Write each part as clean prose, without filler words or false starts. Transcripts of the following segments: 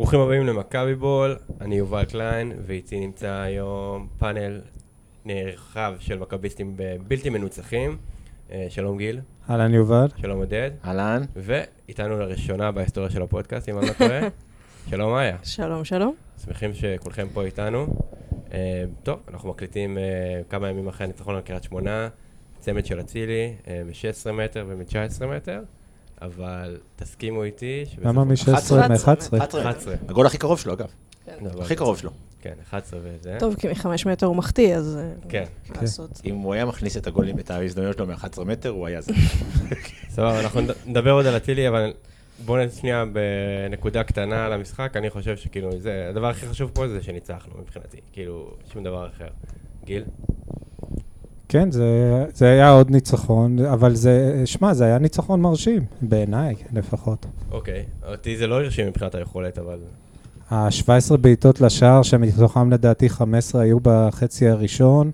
ברוכים הבאים למכבי בול, אני יובל קליין, ואיתי נמצא היום פאנל נרחב של מכביסטים בלתי מנוצחים. שלום גיל. אהלן יובל. שלום עודד. אהלן. ואיתנו לראשונה בהיסטוריה של הפודקאסט, אם אני לא טועה. שלום מאיה. שלום, שלום. שמחים שכולכם פה איתנו. טוב, אנחנו מקליטים כמה ימים אחרי הניצחון על קריית שמונה, צמד של אצילי, מ-16 מטר ומ-19 מטר. אבל תסכימו איתי... למה מ-16 מ-11? 11. הגול הכי קרוב שלו, אגב. כן. הכי קרוב שלו. כן, 11 וזה. טוב, כי מ-5 מטר הוא מחטיא, אז... כן. לעשות. אם הוא היה מכניס את הגולים, את ההזדמנויות שלו מ-11 מטר, הוא היה זה. סבבה, אנחנו נדבר עוד על אצילי, אבל בואו נשנייה בנקודה קטנה על המשחק. אני חושב שכאילו, הדבר הכי חשוב פה זה שניצחנו מבחינתי. כאילו, שום דבר אחר. גיל? כן, זה היה עוד ניצחון, אבל זה היה ניצחון מרשים, בעיניי לפחות. אוקיי, אותי זה לא הרשים מבחינת היכולת, אבל... ה-17 בעיטות לשער, שמתוכם לדעתי 15 היו בחצי הראשון,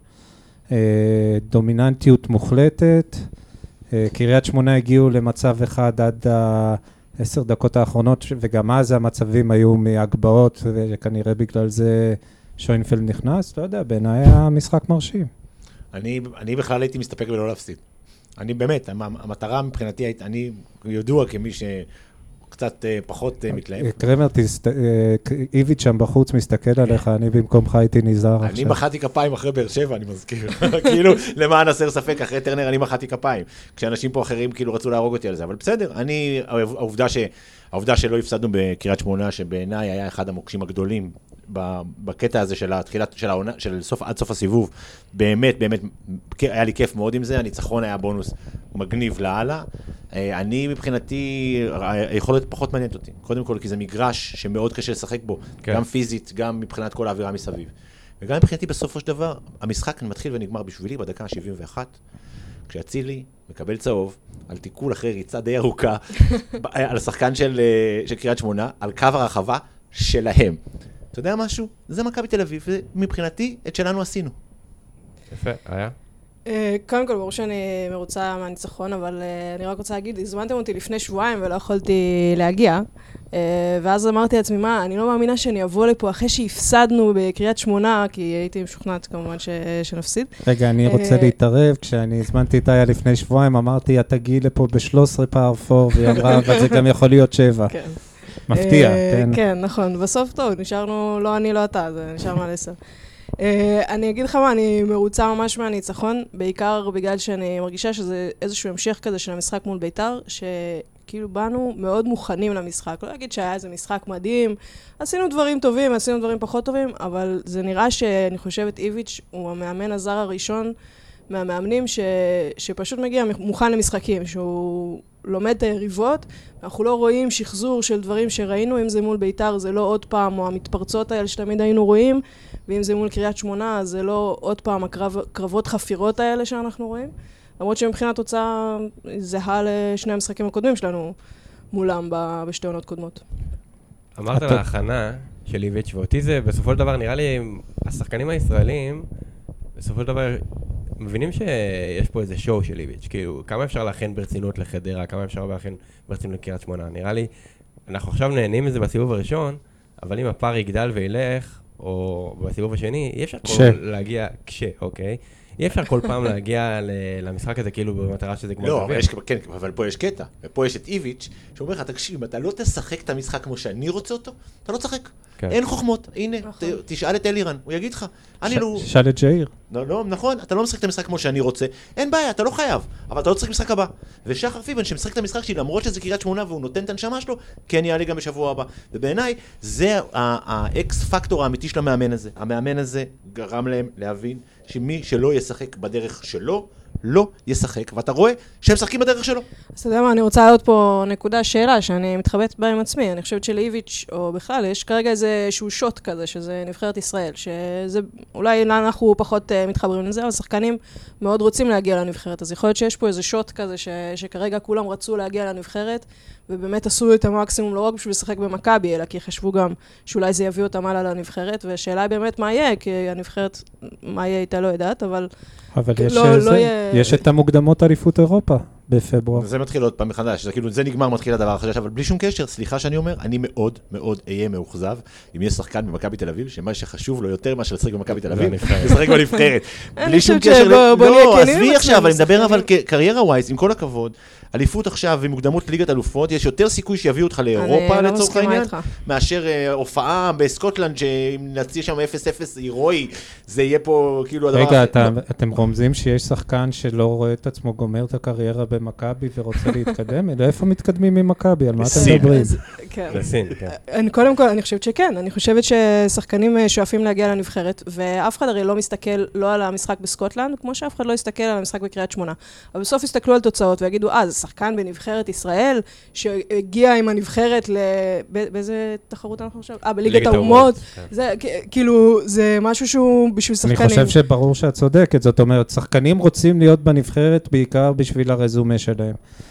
דומיננטיות מוחלטת, קריית שמונה הגיעו למצב אחד עד 10 דקות האחרונות, וגם אז המצבים היו מהגבעות, וכנראה בגלל זה שוינפלד נכנס, לא יודע, בעיניי היה משחק מרשים. אני בכלל הייתי מסתפק ולא להפסיד. אני באמת, המטרה מבחינתי, אני ידוע כמי שקצת פחות מתלהם. קרמר, איביץ' שם בחוץ מסתכל עליך, אני במקומך הייתי נזהר עכשיו. אני מחאתי כפיים אחרי באר שבע, אני מזכיר. כאילו, למען הסר ספק, אחרי טרנר אני מחאתי כפיים. כשאנשים פה אחרים כאילו רצו להרוג אותי על זה, אבל בסדר, העובדה שלא הפסדנו בקריית שמונה, שבעיניי היה אחד המוקשים הגדולים, בקטע הזה של התחילת, של עד סוף הסיבוב, באמת, היה לי כיף מאוד עם זה, הניצחון היה בונוס מגניב להלאה. אני מבחינתי, היכולת פחות מעניינת אותי. קודם כל, כי זה מגרש שמאוד קשה לשחק בו, גם פיזית, גם מבחינת כל האווירה מסביב. וגם מבחינתי בסופו של דבר, המשחק מתחיל ונגמר בשבילי בדקה ה-71, כשאצילי מקבל צהוב, על תיקול אחרי ריצה די ארוכה, על השחקן של קריית שמונה, על קו הרחבה שלהם. אתה יודע משהו? זה מכבי תל אביב, ומבחינתי, את שלנו עשינו. יפה, היה? קודם כל, ברור שאני מרוצה מהניצחון, אבל אני רק רוצה להגיד, הזמנתם אותי לפני שבועיים ולא יכולתי להגיע, ואז אמרתי לעצמי, מה, אני לא מאמינה שאני אבוא לפה אחרי שהפסדנו בקריית שמונה, כי הייתי משוכנעת כמובן שנפסיד. רגע, אני רוצה להתערב, כשאני הזמנתי את היה לפני שבועיים, אמרתי, את תגיעי לפה ב-13 פאר 4, והיא אמרה, אבל זה גם יכול להיות 7. כן. מפתיע, כן. כן, נכון. בסוף טוב, נשארנו, לא אני, לא אתה, זה נשארנו על 10. אני אגיד לך מה, אני מרוצה ממש מהניצחון, בעיקר בגלל שאני מרגישה שזה איזשהו המשך כזה של המשחק מול ביתר, שכאילו באנו מאוד מוכנים למשחק. לא אגיד שהיה איזה משחק מדהים, עשינו דברים טובים, עשינו דברים פחות טובים, אבל זה נראה שאני חושבת איביץ' הוא המאמן הזר הראשון מהמאמנים שפשוט מגיע מוכן למשחקים, שהוא לומד את היריבות, אנחנו לא רואים שחזור של דברים שראינו, אם זה מול ביתר זה לא עוד פעם, או המתפרצות האלה שתמיד היינו רואים, ואם זה מול קריית שמונה, זה לא עוד פעם הקרבות חפירות האלה שאנחנו רואים, למרות שמבחינת תוצאה זהה לשני המשחקים הקודמים שלנו מולם בשתי עונות קודמות. אמרת על ההכנה של איביץ' ואותי זה בסופו של דבר נראה לי, השחקנים הישראלים, בסופו של דבר מבינים שיש פה איזה שואו של איביץ', כאילו, כמה אפשר להכין ברצינות לחדרה, כמה אפשר להכין ברצינות לקריית שמונה. נראה לי, אנחנו עכשיו נהנים מזה בסיבוב הראשון, אבל אם הפער יגדל וילך, או בסיבוב השני, אי אפשר להגיע, אוקיי? אי אפשר כל פעם להגיע למשחק הזה כאילו במטרה שזה כמו... לא, כן, אבל פה יש קטע, ופה יש את איביץ' שאומר לך, תקשיב, אתה לא תשחק את המשחק כמו שאני רוצה אותו, אתה לא תשחק. אין חוכמות, הנה, תשאל את אלירן, הוא יגיד לך. תשאל את ג'איר. לא, נכון, אתה לא משחק את המשחק כמו שאני רוצה, אין בעיה, אתה לא חייב, אבל אתה לא תשחק משחק הבא. ושחר פיבן שמשחק את המשחק שלי, למרות שזה קריית שמונה והוא נותן את הנשמה שלו, כן יעלה גם בשבוע הבא. ובעיניי, זה האקס פקטור האמיתי של המאמן הזה. המאמן הזה גרם להם להבין שמי שלא ישחק בדרך שלו, לא ישחק, ואתה רואה שהם משחקים בדרך שלו. אז אתה יודע מה, אני רוצה לעלות פה נקודה שאלה שאני מתחבאת בה עם עצמי. אני חושבת שלאיביץ' או בכלל יש כרגע איזשהו שוט כזה, שזה נבחרת ישראל, שזה אולי אנחנו פחות מתחברים לזה, אבל שחקנים מאוד רוצים להגיע לנבחרת, אז יכול להיות שיש פה איזה שוט כזה שכרגע כולם רצו להגיע לנבחרת, ובאמת עשו את המקסימום לא רק בשביל לשחק במכבי, אלא כי חשבו גם שאולי זה יביא אותם הלאה לנבחרת, והשאלה היא באמת מה יהיה, כי הנבחרת, מה יהיה איתה לא יודעת, אבל יש את המוקדמות אליפות אירופה. בפברואר. זה מתחיל עוד פעם מחדש, זה כאילו, זה נגמר, מתחיל הדבר החדש, אבל בלי שום קשר, סליחה שאני אומר, אני מאוד מאוד אהיה מאוכזב, אם יש שחקן במכבי תל אביב, שמה שחשוב לו יותר מאשר לשחק במכבי תל אביב, לשחק בנבחרת. בלי שום קשר, לא, עזבי עכשיו, אני מדבר אבל קריירה ווייז, עם כל הכבוד, אליפות עכשיו ומוקדמות ליגת אלופות, יש יותר סיכוי שיביאו אותך לאירופה לצורך העניין, מאשר הופעה בסקוטלנד, שאם נציע שם 0-0 הירואי, זה יהיה פה כאילו הדבר... רגע, אתם רומזים שיש שחקן שלא רואה את עצמו גומר את הקריירה במכבי ורוצה להתקדם? איפה מתקדמים ממכבי? על מה אתם מדברים? בסין, כן. קודם כל, אני חושבת שכן. אני חושבת ששחקנים שואפים להגיע לנבחרת, ואף אחד הרי לא מסתכל לא על המשחק בסקוטלנד, כמו שאף אחד לא יסתכל על המשחק בקריית שמונה. אבל בסוף יסתכלו על תוצאות ויגידו, זה שחקן בנבחרת ישראל, שהגיע עם הנבחרת באיזה תחרות אנחנו עכשיו? בליגת האומות. זה כאילו, זה משהו שהוא בשביל שחקנים. אני חושב שברור שאת צודקת. זאת אומרת, שחקנים רוצים להיות בנבחרת בעיקר בשביל הרזומה שלהם.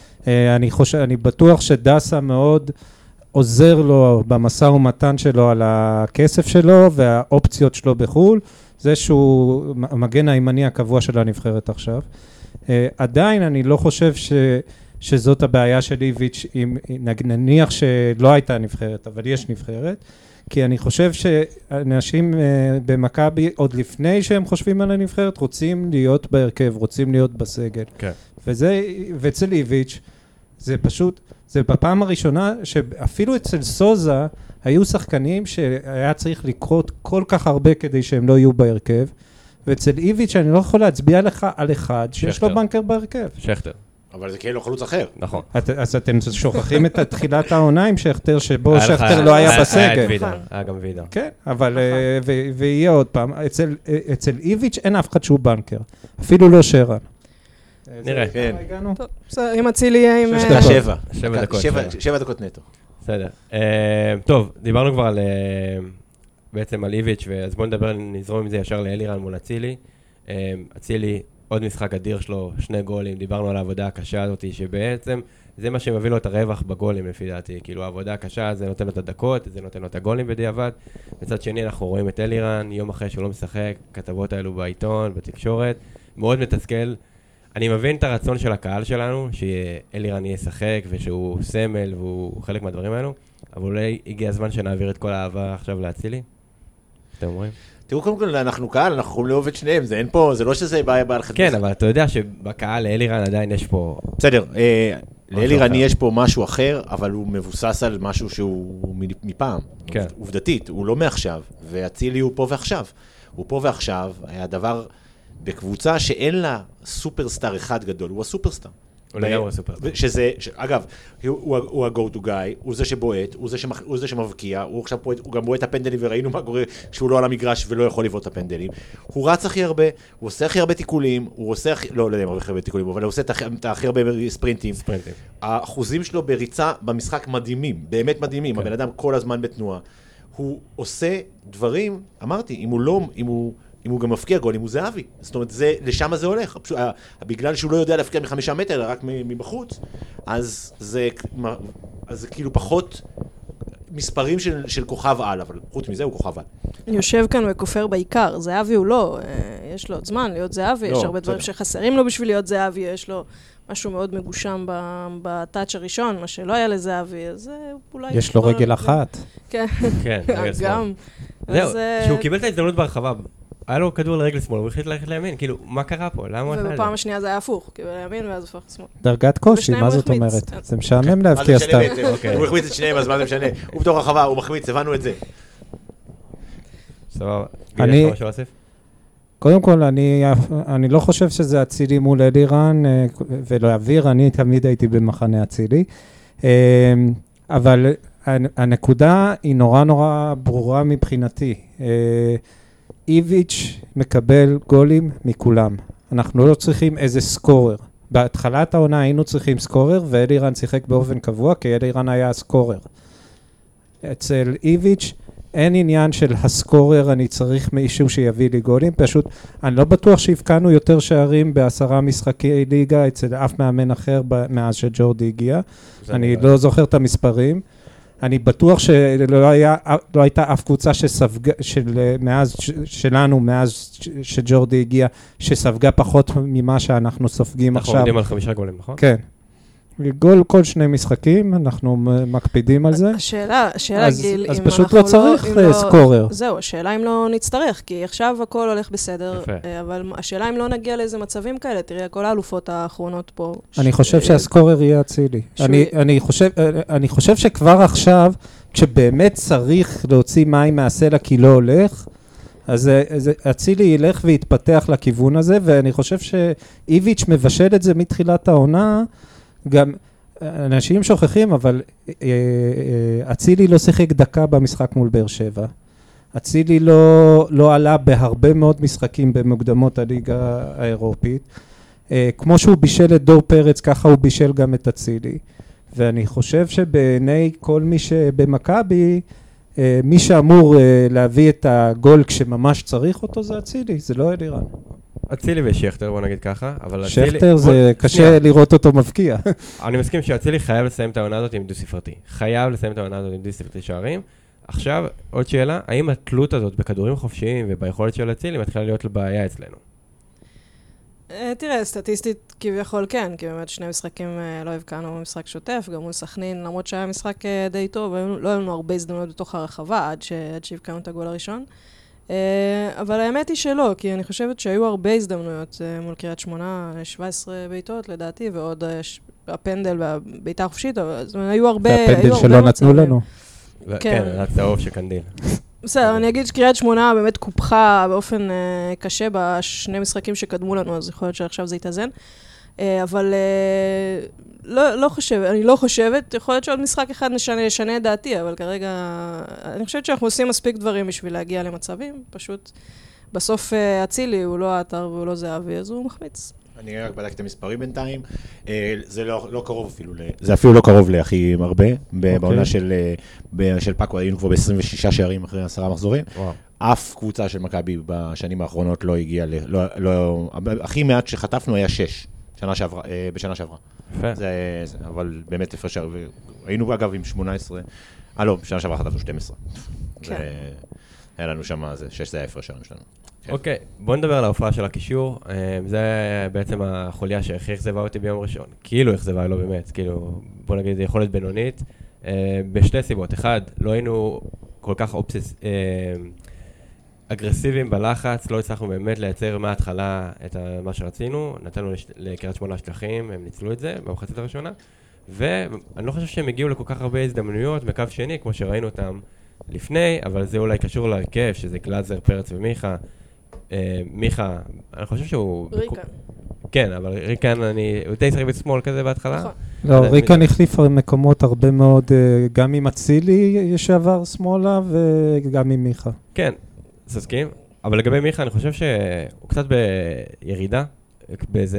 אני בטוח שדסה מאוד עוזר לו במשא ומתן שלו על הכסף שלו והאופציות שלו בחול. זה שהוא המגן הימני הקבוע של הנבחרת עכשיו. עדיין אני לא חושב שזאת הבעיה של איביץ', נניח שלא הייתה נבחרת, אבל יש נבחרת, כי אני חושב שאנשים במכבי, עוד לפני שהם חושבים על הנבחרת, רוצים להיות בהרכב, רוצים להיות בסגל. כן. ואצל איביץ' זה פשוט, זה בפעם הראשונה שאפילו אצל סוזה היו שחקנים שהיה צריך לקרות כל כך הרבה כדי שהם לא יהיו בהרכב, ואצל איביץ' אני לא יכול להצביע לך על אחד שיש לו בנקר בהרכב. שכטר. אבל זה כאילו חלוץ אחר. נכון. אז אתם שוכחים את תחילת העונה עם שכטר, שבו שכטר לא היה בסגל. היה גם וידר. כן, אבל, ויהיה עוד פעם, אצל איביץ' אין אף אחד שהוא בנקר. אפילו לא שרן. נראה. כן. טוב, אם אצילי יהיה עם... 7 דקות נטו. בסדר. טוב, דיברנו כבר על... בעצם על איביץ', אז בואו נדבר, נזרום עם זה ישר לאלירן מול אצילי. אצילי, עוד משחק אדיר שלו, 2 גולים, דיברנו על העבודה הקשה הזאת, שבעצם זה מה שמביא לו את הרווח בגולים, לפי דעתי. כאילו, העבודה הקשה, זה נותן לו את הדקות, זה נותן לו את הגולים בדיעבד. מצד שני, אנחנו רואים את אלירן, יום אחרי שהוא לא משחק, כתבות האלו בעיתון, בתקשורת, מאוד מתסכל. אני מבין את הרצון של הקהל שלנו, שאלירן יהיה שחק, ושהוא סמל, והוא חלק מהדברים האלו, אבל אולי הגיע הזמן שנעביר את כל האהבה עכשיו להצילי. אתם אומרים? תראו, קודם כל, אנחנו קהל, אנחנו יכולים לאהוב את שניהם, זה אין פה, זה לא שזה בעיה בהלכת... כן, אבל אתה יודע שבקהל לאלירן עדיין יש פה... בסדר, לאלירן יש פה משהו אחר, אבל הוא מבוסס על משהו שהוא מפעם. כן. עובדתית, הוא לא מעכשיו, ואצילי הוא פה ועכשיו. הוא פה ועכשיו, היה דבר בקבוצה שאין לה סופרסטאר אחד גדול, הוא הסופרסטאר. הוא לגמרי סופרסטאר. אגב, הוא ה-go to guy, הוא זה שבועט, הוא זה שמבקיע, הוא גם בועט את הפנדלים, וראינו מה קורה כשהוא לא על המגרש ולא יכול לבעוט את הפנדלים. הוא רץ הכי הרבה, הוא עושה הכי הרבה תיקולים, הוא עושה לא יודע מה הכי הרבה תיקולים, אבל הוא עושה את הכי הרבה ספרינטים. האחוזים שלו בריצה במשחק מדהימים, באמת מדהימים, הבן אדם כל הזמן בתנועה. הוא עושה דברים, אמרתי, אם הוא גם מפקיע גול, אם הוא זהבי. זאת אומרת, לשם זה הולך. בגלל שהוא לא יודע להפקיע מ5 מטר, רק מבחוץ, אז זה כאילו פחות מספרים של כוכב על, אבל חוץ מזה הוא כוכב על. יושב כאן וכופר בעיקר, זהבי הוא לא, יש לו עוד זמן להיות זהבי, יש הרבה דברים שחסרים לו בשביל להיות זהבי, יש לו משהו מאוד מגושם בטאץ' הראשון, מה שלא היה לזהבי, אז אולי... יש לו רגל אחת. כן, גם. זהו, שהוא קיבל את ההזדמנות ברחבה, היה לו כדור לרגל שמאל, הוא החליט ללכת לימין, כאילו, מה קרה פה? למה הוא עשה את זה? ובפעם השנייה זה היה הפוך, קיבל לימין ואז הפך לשמאל. דרגת קושי, מה זאת אומרת? זה משעמם להבקיע סתם. הוא החמיץ את שניהם, אז מה זה משנה? הוא בתוך הרחבה, הוא מחמיץ, הבנו את זה. סבבה. גיל, יש לך משהו להוסיף? קודם כל, אני לא חושב שזה אצילי מול אלירן, ולהעביר, אני תמיד הייתי במחנה אצילי, אבל הנקודה היא נורא נורא ברורה מבחינתי. איביץ' מקבל גולים מכולם. אנחנו לא צריכים איזה סקורר. בהתחלת העונה היינו צריכים סקורר, ואלירן שיחק באופן קבוע, כי אלירן היה הסקורר. אצל איביץ' אין עניין של הסקורר, אני צריך מישהו שיביא לי גולים, פשוט אני לא בטוח שהפקענו יותר שערים ב10 משחקי ליגה אצל אף מאמן אחר מאז שג'ורדי הגיע. אני לא זוכר את המספרים, אני בטוח שלא הייתה אף קבוצה מאז שג'ורדי הגיע, שספגה פחות ממה שאנחנו סופגים עכשיו. אנחנו עומדים על 5 גולים, נכון? כן. גול כל 2 משחקים, אנחנו מקפידים על זה. השאלה, גיל, אז פשוט לא צריך סקורר. זהו, השאלה אם לא נצטרך, כי עכשיו הכל הולך בסדר, אבל השאלה אם לא נגיע לאיזה מצבים כאלה, תראי, כל האלופות האחרונות פה. אני חושב שהסקורר יהיה אצילי. אני חושב שכבר עכשיו, כשבאמת צריך להוציא מים מהסלע כי לא הולך, אז אצילי ילך ויתפתח לכיוון הזה, ואני חושב שאיביץ' מבשל את זה מתחילת העונה, גם אנשים שוכחים, אבל אצילי לא שיחק דקה במשחק מול באר שבע. אצילי לא עלה בהרבה מאוד משחקים במוקדמות הליגה האירופית. כמו שהוא בישל את דור פרץ, ככה הוא בישל גם את אצילי. ואני חושב שבעיני כל מי שבמכבי, מי שאמור להביא את הגול כשממש צריך אותו זה אצילי, זה לא אלירן. אצילי ושכטר, בוא נגיד ככה, אבל שכטר זה קשה לראות אותו מבקיע. אני מסכים שאצילי חייב לסיים את העונה הזאת עם דו-ספרתי. חייב לסיים את העונה הזאת עם דו-ספרתי שערים. עכשיו, עוד שאלה, האם התלות הזאת בכדורים חופשיים וביכולת של אצילי מתחילה להיות לבעיה אצלנו? תראה, סטטיסטית כביכול כן, כי באמת 2 משחקים לא הבקענו במשחק שוטף, גם מול סכנין, למרות שהיה משחק די טוב, לא היו לנו הרבה הזדמנויות בתוך הרחבה עד שהבקענו את הגול הראשון. אבל האמת היא שלא, כי אני חושבת שהיו הרבה הזדמנויות מול קריית שמונה, 17 בעיטות לדעתי, ועוד הפנדל והבעיטה החופשית, אז היו הרבה... והפנדל שלא נתנו לנו. כן, הצהוב שקנדיל. בסדר, אני אגיד שקריית שמונה באמת קופחה באופן קשה בשני משחקים שקדמו לנו, אז יכול להיות שעכשיו זה יתאזן. אבל אני לא חושבת, יכול להיות שעוד משחק אחד נשנה את דעתי, אבל כרגע אני חושבת שאנחנו עושים מספיק דברים בשביל להגיע למצבים, פשוט בסוף אצילי הוא לא האתר והוא לא זהבי, אז הוא מחמיץ. אני רק בדקתי את המספרים בינתיים, זה לא קרוב אפילו, זה אפילו לא קרוב להכי הרבה, בעונה של פאקו היינו כבר ב-26 שערים אחרי 10 מחזורים, אף קבוצה של מכבי בשנים האחרונות לא הגיעה, הכי מעט שחטפנו היה 6 בשנה שעברה. אבל באמת הפרש, היינו אגב עם 18, לא, בשנה שעברה חטפנו 12. היה לנו שם, 6 זה היה הפרש שערים שלנו. אוקיי, בוא נדבר על ההופעה של הקישור. זה בעצם החוליה שהכי אכזבה אותי ביום ראשון. כאילו אכזבה, לא באמת. כאילו, בוא נגיד, יכולת בינונית. בשתי סיבות. אחד, לא היינו כל כך אגרסיביים בלחץ, לא הצלחנו באמת לייצר מההתחלה את מה שרצינו. נתנו לקריית שמונה שטחים, הם ניצלו את זה במחצית הראשונה. ואני לא חושב שהם הגיעו לכל כך הרבה הזדמנויות מקו שני, כמו שראינו אותם לפני, אבל זה אולי קשור להרכב, שזה גלאזר, פרץ ומיכה. מיכה, אני חושב שהוא... ריקן. כן, אבל ריקן, הוא די שחק בשמאל כזה בהתחלה. נכון. לא, ריקן החליף מקומות הרבה מאוד, גם עם אצילי שעבר שמאלה, וגם עם מיכה. כן, תסכים. אבל לגבי מיכה, אני חושב שהוא קצת בירידה, באיזה...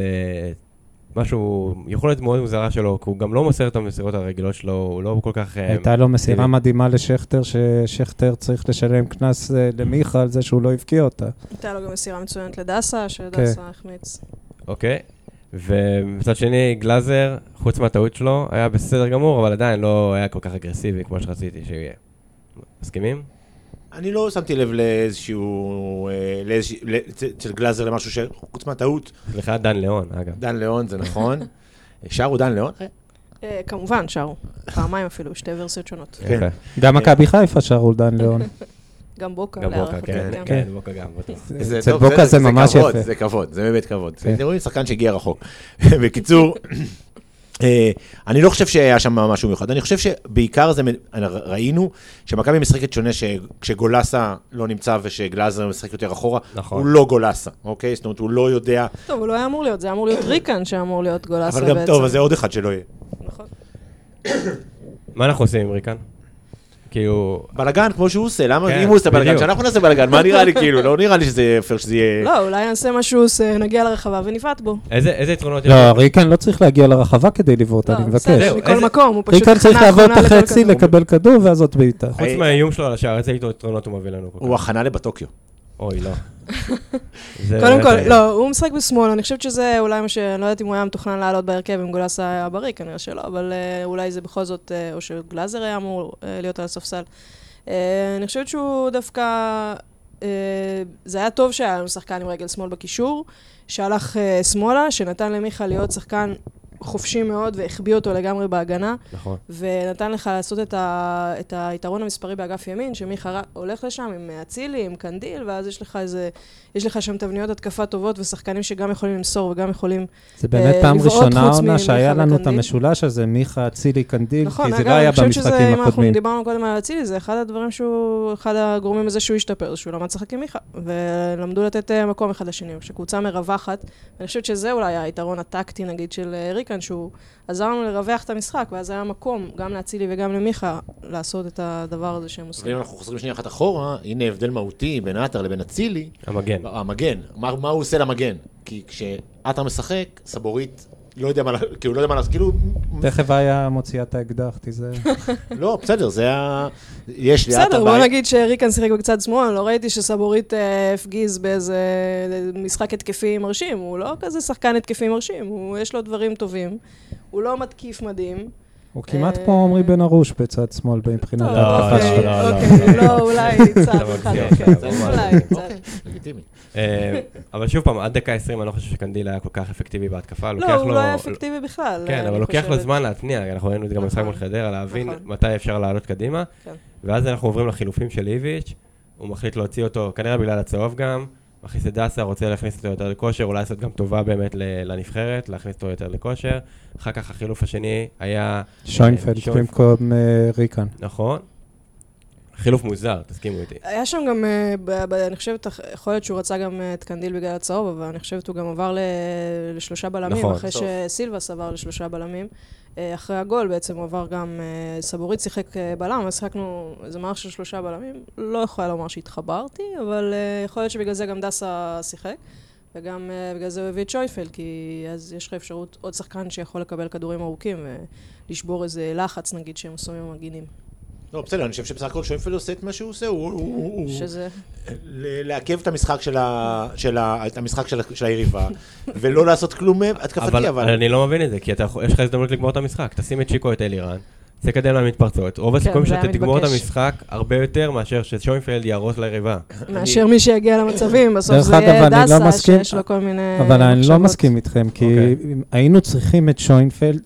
משהו, יכולת מאוד מוזרה שלו, כי הוא גם לא מוסר את המסירות הרגילות שלו, הוא לא כל כך... הייתה לו מסירה מדהימה לשכטר, ששכטר צריך לשלם כנס למיכה על זה שהוא לא הבקיע אותה. הייתה לו גם מסירה מצוינת לדסה, שדסה החמיץ. אוקיי, ומצד שני, גלאזר, חוץ מהטעות שלו, היה בסדר גמור, אבל עדיין לא היה כל כך אגרסיבי כמו שרציתי שיהיה. מסכימים? אני לא שמתי לב לאיזשהו, אצל גלאזר למשהו שחוץ מהטעות. סליחה, דן ליאון, אגב. דן ליאון, זה נכון. שרו דן ליאון? כמובן, שרו. פעמיים אפילו, 2 ורסיות שונות. גם מכבי חיפה שרו דן ליאון. גם בוקה. גם בוקה, כן, בוקה גם. אצל בוקה זה ממש יפה. זה כבוד, זה באמת כבוד. אתם רואים שחקן שהגיע רחוק. בקיצור... אני לא חושב שהיה שם משהו מיוחד, אני חושב שבעיקר ראינו שמכבי משחקת שונה כשגולסה לא נמצא ושגלאזר משחק יותר אחורה, הוא לא גולסה, אוקיי? זאת אומרת, הוא לא יודע... טוב, הוא לא היה אמור להיות, זה אמור להיות ריקן שאמור להיות גולסה בעצם. אבל גם טוב, אז זה עוד אחד שלא יהיה. נכון. מה אנחנו עושים עם ריקן? כאילו... בלגן, כמו שהוא עושה, למה? אם הוא עושה בלגן, שאנחנו נעשה בלגן, מה נראה לי כאילו? לא נראה לי שזה יפר שזה יהיה... לא, אולי נעשה משהו, נגיע לרחבה ונפעט בו. איזה יתרונות... לא, ריקן לא צריך להגיע לרחבה כדי לבעוט, אני מבקש. מכל מקום, הוא פשוט... ריקן צריך לעבור את החצי, לקבל כדור, ואז עוד בעיטה. חוץ מהאיום שלו על השער, איזה יתרונות הוא מביא לנו? הוא הכנה לבטוקיו. אוי, לא. קודם כל, לא, הוא משחק בשמאל, אני חושבת שזה אולי מה אני לא יודעת אם הוא היה מתוכנן לעלות בהרכב, אם גולסה היה בריא, כנראה שלא, אבל אולי זה בכל זאת, או שגלאזר היה אמור להיות על הספסל. אני חושבת שהוא דווקא, זה היה טוב שהיה לנו שחקן עם רגל שמאל בקישור, שהלך שמאלה, שנתן למיכה להיות שחקן חופשי מאוד והחביא אותו לגמרי בהגנה. נכון. ונתן לך לעשות את היתרון המספרי באגף ימין, שמיכה הולך לשם עם אצילי, עם קנדיל, ואז יש לך שם תבניות התקפה טובות ושחקנים שגם יכולים למסור וגם יכולים זה באמת פעם ראשונה עונה שהיה לנו את המשולש הזה, מיכה, אצילי, קנדיל, כי זה לא היה במשחקים הקודמים. אם אנחנו דיברנו קודם על אצילי, זה אחד הדברים אחד הגורמים הזה שהוא השתפר, שהוא למד לשחק עם מיכה, ולמדו לתת מקום אחד לשני, שקבוצה מרווחת, ואני חושבת שזה אולי היתרון הטקטי, נגיד, של ריקן, שהוא עזר לנו לרווח את המשחק, ואז היה מקום, גם לאצילי וגם למיכה, לעשות את הדבר הזה שהם עושים. ואם אנחנו חוזרים שנייה אחת אחורה, הנה הבדל מהותי בין עטר לבין אצילי. המגן. המגן. מה הוא עושה למגן? כי כשעטר משחק, סבורית לא יודע מה לעשות, כאילו... תכף היה מוציאה את האקדח, תיזהר. לא, בסדר, זה היה... יש לי עטר... בסדר, בוא נגיד שריקן שיחק בקצת שמאל, לא ראיתי שסבורית הפגיז באיזה משחק התקפי מרשים, הוא לא כזה שחקן התקפי מרשים, יש לו דברים טובים, הוא לא מתקיף מדהים. הוא כמעט פה עומרי בן ארוש בצד שמאל מבחינת ההתקפה שלו. אוקיי, לא, אולי צעד אחד, אולי צעד. לגיטימי. אבל שוב פעם, עד דקה 20 אני לא חושב שקנדיל היה כל כך אפקטיבי בהתקפה. לא, הוא לא היה אפקטיבי בכלל. כן, אבל לוקח לו זמן להתניע, אנחנו ראינו את זה גם במשחק מול חדרה, להבין מתי אפשר לעלות קדימה, ואז אנחנו עוברים לחילופים של איביץ', הוא מחליט להוציא אותו, כנראה בגלל הצהוב גם, מכניס את דסה, רוצה להכניס אותו יותר לכושר, אולי לעשות גם טובה באמת לנבחרת, להכניס אותו יותר לכושר. אחר כך החילוף השני היה... שוינפלד במקום ריקן. נכון. חילוף מוזר, תסכימו איתי. היה שם גם, אני חושבת, יכול להיות שהוא רצה גם את קנדיל בגלל הצהוב, אבל אני חושבת הוא גם עבר לשלושה בלמים, נכון. אחרי שסילבס עבר לשלושה בלמים. אחרי הגול בעצם הוא עבר גם, סבורית שיחק בלם, אז שחקנו איזה מערך של שלושה בלמים. לא יכולה לומר שהתחברתי, אבל יכול להיות שבגלל זה גם דסה שיחק, וגם בגלל זה הוא הביא את שויפלד, כי אז יש לך אפשרות עוד שחקן שיכול לקבל כדורים ארוכים, ולשבור איזה לחץ, נגיד, שהם עושים עם הגינים. לא, בסדר, אני חושב שבסך הכל שוינפלד עושה את מה שהוא עושה, שזה? לעכב את המשחק של היריבה, ולא לעשות כלום התקפתי, אבל אני לא מבין את זה, כי יש לך הזדמנות לגמור את המשחק, תשים את שיקו, את אלירן, זה קדם להם מתפרצות, רוב הסיכויים שאתה תגמור את המשחק הרבה יותר מאשר ששוינפלד יערוס ליריבה. מאשר מי שיגיע למצבים, בסוף זה יהיה דסה שיש לו כל מיני... אבל אני לא מסכים איתכם, כי היינו צריכים את שוינפלד,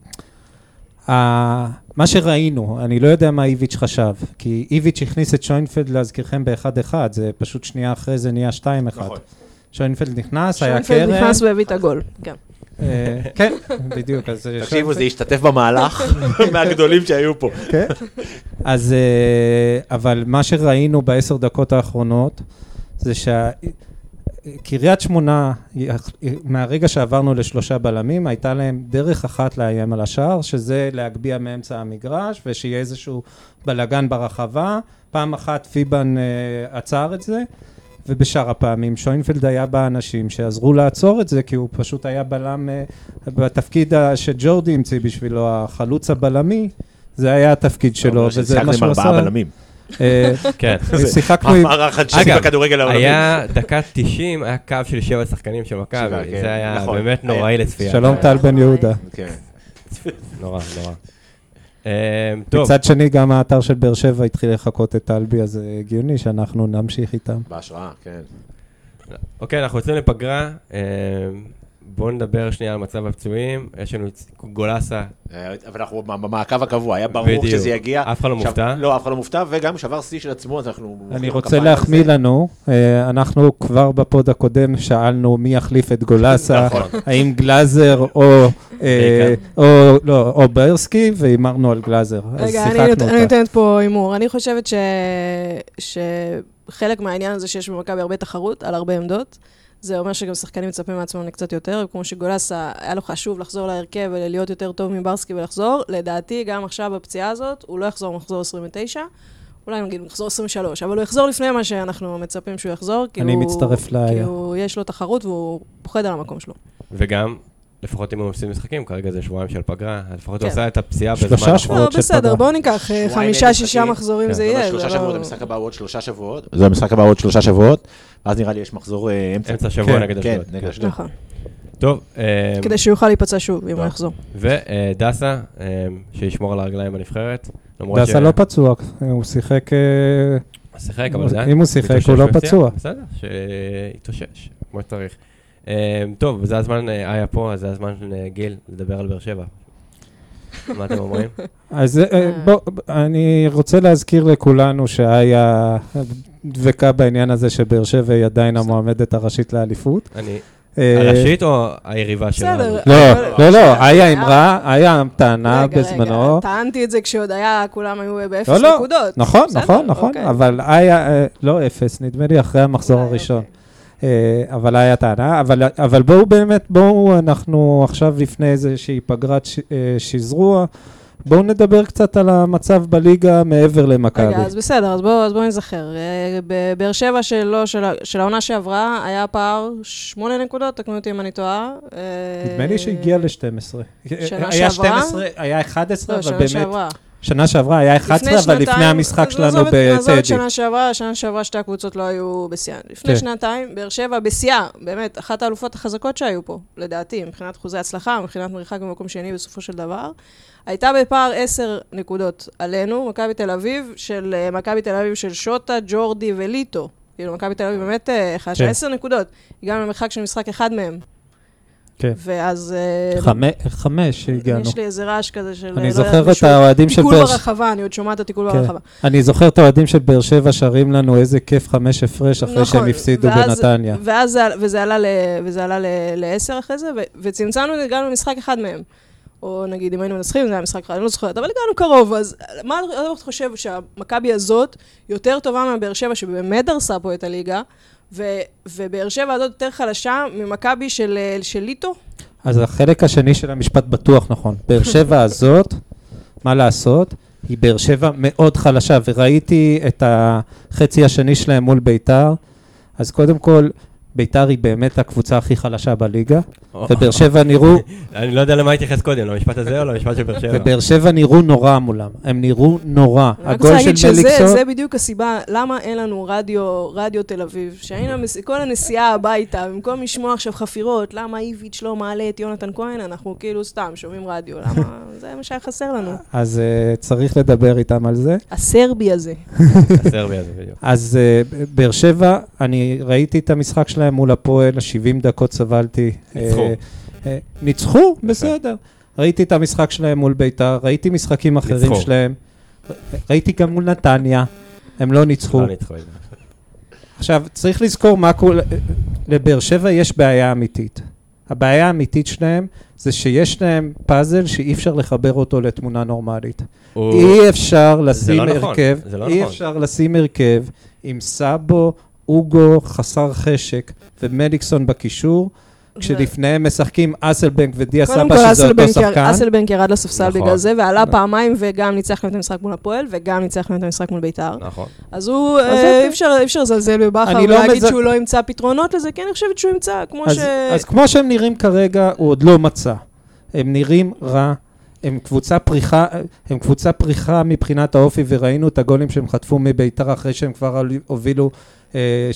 מה שראינו, אני לא יודע מה איביץ' חשב, כי איביץ' הכניס את שוינפלד להזכירכם ב-1-1, זה פשוט שנייה אחרי זה נהיה 2-1. נכון. שוינפלד נכנס, היה קרן. שוינפלד נכנס והביא את הגול, כן. כן, בדיוק. תקשיבו, זה השתתף במהלך מהגדולים שהיו פה. כן. אז, אבל מה שראינו ב10 דקות האחרונות, זה קריית שמונה, מהרגע שעברנו לשלושה בלמים, הייתה להם דרך אחת לאיים על השער, שזה להגביע מאמצע המגרש, ושיהיה איזשהו בלגן ברחבה. פעם אחת פיבן עצר את זה, ובשאר הפעמים שוינפלד היה באנשים שעזרו לעצור את זה, כי הוא פשוט היה בלם בתפקיד שג'ורדי המציא בשבילו, החלוץ הבלמי, זה היה התפקיד שלו, וזה מה שהוא עשה. 4 בלמים. כן. שיחקנו עם... אגב, היה דקה 90, היה קו של 7 שחקנים של מכבי, זה היה באמת נוראי לצפייה. שלום טל בן יהודה. נורא, נורא. מצד שני, גם האתר של באר שבע התחיל לחכות את טלבי, אז הגיוני שאנחנו נמשיך איתם. בהשראה, כן. אוקיי, אנחנו יוצאים לפגרה. בואו נדבר שנייה על מצב הפצועים, יש לנו גולסה. אבל אנחנו במעקב הקבוע, היה ברור שזה יגיע. אף אחד לא מופתע? לא, אף אחד לא מופתע, וגם שבר שיא של עצמו, אז אנחנו... אני רוצה להחמיא לנו, אנחנו כבר בפוד הקודם שאלנו מי יחליף את גולסה, האם גלאזר או ברסקי, והימרנו על גלאזר. רגע, אני נותנת פה הימור. אני חושבת שחלק מהעניין הזה שיש במכבי הרבה תחרות על הרבה עמדות, זה אומר שגם שחקנים מצפים מעצמם קצת יותר, כמו שגולסה היה לו חשוב לחזור להרכב ולהיות יותר טוב מברסקי ולחזור. לדעתי, גם עכשיו בפציעה הזאת, הוא לא יחזור מחזור 29, אולי נגיד מחזור 23, אבל הוא יחזור לפני מה שאנחנו מצפים שהוא יחזור, אני מצטרף כי יש לו תחרות והוא פוחד על המקום שלו. וגם לפחות אם הוא מפסיד משחקים, כרגע זה שבועיים של פגרה, לפחות הוא כן. עושה את הפציעה 3 בזמן שבועות. של בסדר, פגרה. בואו ניקח 5-6 מחזורים זה יהיה. 3 זה שבועות, לא- המשחק הבא הוא עוד 3 שבועות. זה המשחק הבא עוד 3 שבועות, ואז נראה לי יש מחזור אמצע שבוע כן, נגד כן, אשדוד. נגד אשדוד. נכון. טוב, כדי שיוכל להיפצע שוב, אם הוא יחזור. ודסה, שישמור על הרגליים בנבחרת. למרות דסה לא פצוע, הוא שיחק... שיחק, אבל זה... אם הוא שיחק, הוא לא פצוע. בסדר, שיתאושש, כמו שצריך. טוב, וזה הזמן, היה פה, אז זה הזמן של גיל לדבר על באר שבע. מה אתם אומרים? אז בוא, אני רוצה להזכיר לכולנו שהיה דבקה בעניין הזה שבאר שבע היא עדיין המועמדת הראשית לאליפות. הראשית או היריבה שלנו? בסדר. לא, היה אמרה, היה טענה בזמנו. רגע, טענתי את זה כשעוד היה, כולם היו ב0 לא, נקודות. נכון, בסדר, נכון, אוקיי. אבל היה, לא 0, נדמה לי אחרי המחזור הראשון. אבל היה טענה, אבל בואו אנחנו עכשיו לפני איזושהי פגרת שזרוע, בואו נדבר קצת על המצב בליגה מעבר למכבי. רגע, אז בסדר, אז בואו נזכר. בבאר שבע של העונה שעברה היה פער 8 נקודות, תקנו אותי אם אני טועה. נדמה לי שהגיע ל-12. שנה היה שעברה? 12, היה 11, אבל שנה באמת... שעברה. שנה שעברה היה 11, אבל לפני המשחק שלנו בטדי. שנה שעברה שתי הקבוצות לא היו בשיאן. לפני שנתיים, באר שבע בשיאה, באמת, אחת האלופות החזקות שהיו פה, לדעתי, מבחינת אחוזי הצלחה, מבחינת מריחק במקום שני בסופו של דבר, הייתה בפער 10 נקודות עלינו, מכבי תל אביב של שוטה, ג'ורדי וליטו. כאילו, מכבי תל אביב באמת 10 נקודות. הגענו למרחק של משחק אחד מהם. כן. ואז... 5 שהגענו. יש לי איזה רעש כזה של... אני זוכר את האוהדים של תיקול באר שבע. ברחבה, אני עוד שומעת את התיקול ברחבה. אני זוכר את האוהדים של באר שבע שרים לנו איזה כיף 5 הפרש אחרי שהם הפסידו בנתניה. וזה עלה ל-10 אחרי זה, וצמצמנו, הגענו למשחק אחד מהם. או נגיד, אם היינו מנסחים, זה היה משחק אחד, אני לא זוכרת, אבל הגענו קרוב, אז מה אתה חושב שהמכבי הזאת יותר טובה מהבאר שבע, שבאמת דרסה פה את הליגה, ובאר שבע הזאת יותר חלשה ממכבי של ליטו? אז החלק השני של המשפט בטוח נכון. באר שבע הזאת, מה לעשות? היא באר שבע מאוד חלשה, וראיתי את החצי השני שלהם מול ביתר, אז קודם כל, ביתר היא באמת הקבוצה הכי חלשה בליגה, ובאר שבע נראו... אני לא יודע למה התייחס קודם, למשפט הזה או למשפט של באר שבע? ובאר שבע נראו נורא מולם, הם נראו נורא. אני רוצה להגיד שזה בדיוק הסיבה, למה אין לנו רדיו תל אביב, שהיינו כל הנסיעה הביתה, במקום לשמוע עכשיו חפירות, למה איביץ' לא מעלה את יונתן כהן, אנחנו כאילו סתם שומעים רדיו, למה? זה מה שהיה חסר לנו. אז צריך לדבר איתם על זה. הסרבי הזה. הסרבי הזה, בדיוק. אז באר שבע, אני ראיתי את המשחק שלהם מול הפועל, 70 דקות סבלתי. ניצחו, בסדר. ראיתי את המשחק שלהם מול ביתר, ראיתי משחקים אחרים שלהם, ראיתי גם מול נתניה, הם לא ניצחו. עכשיו, צריך לזכור מה לבאר שבע יש בעיה אמיתית. הבעיה האמיתית שלהם זה שיש להם פאזל שאי אפשר לחבר אותו לתמונה נורמלית. אי אפשר לשים הרכב עם סאבו, אוגו, חסר חשק ומליקסון בקישור, כשלפניהם משחקים אסלבנק ודיה סבא שזה אותו שחקן. קודם כל אסלבנק ירד לספסל בגלל זה, ועלה פעמיים וגם ניצח להם את המשחק מול הפועל, וגם ניצח להם את המשחק מול ביתר. נכון. אז הוא, אפשר לזלזל בבחר ולהגיד שהוא לא ימצא פתרונות לזה, כי אני חושבת שהוא ימצא, כמו אז כמו שהם נראים כרגע, הוא עוד לא מצא. הם נראים רע. הם קבוצה פריחה מבחינת האופי, וראינו את הגולים שהם חטפו מביתר אחרי שהם כבר הובילו 3-1,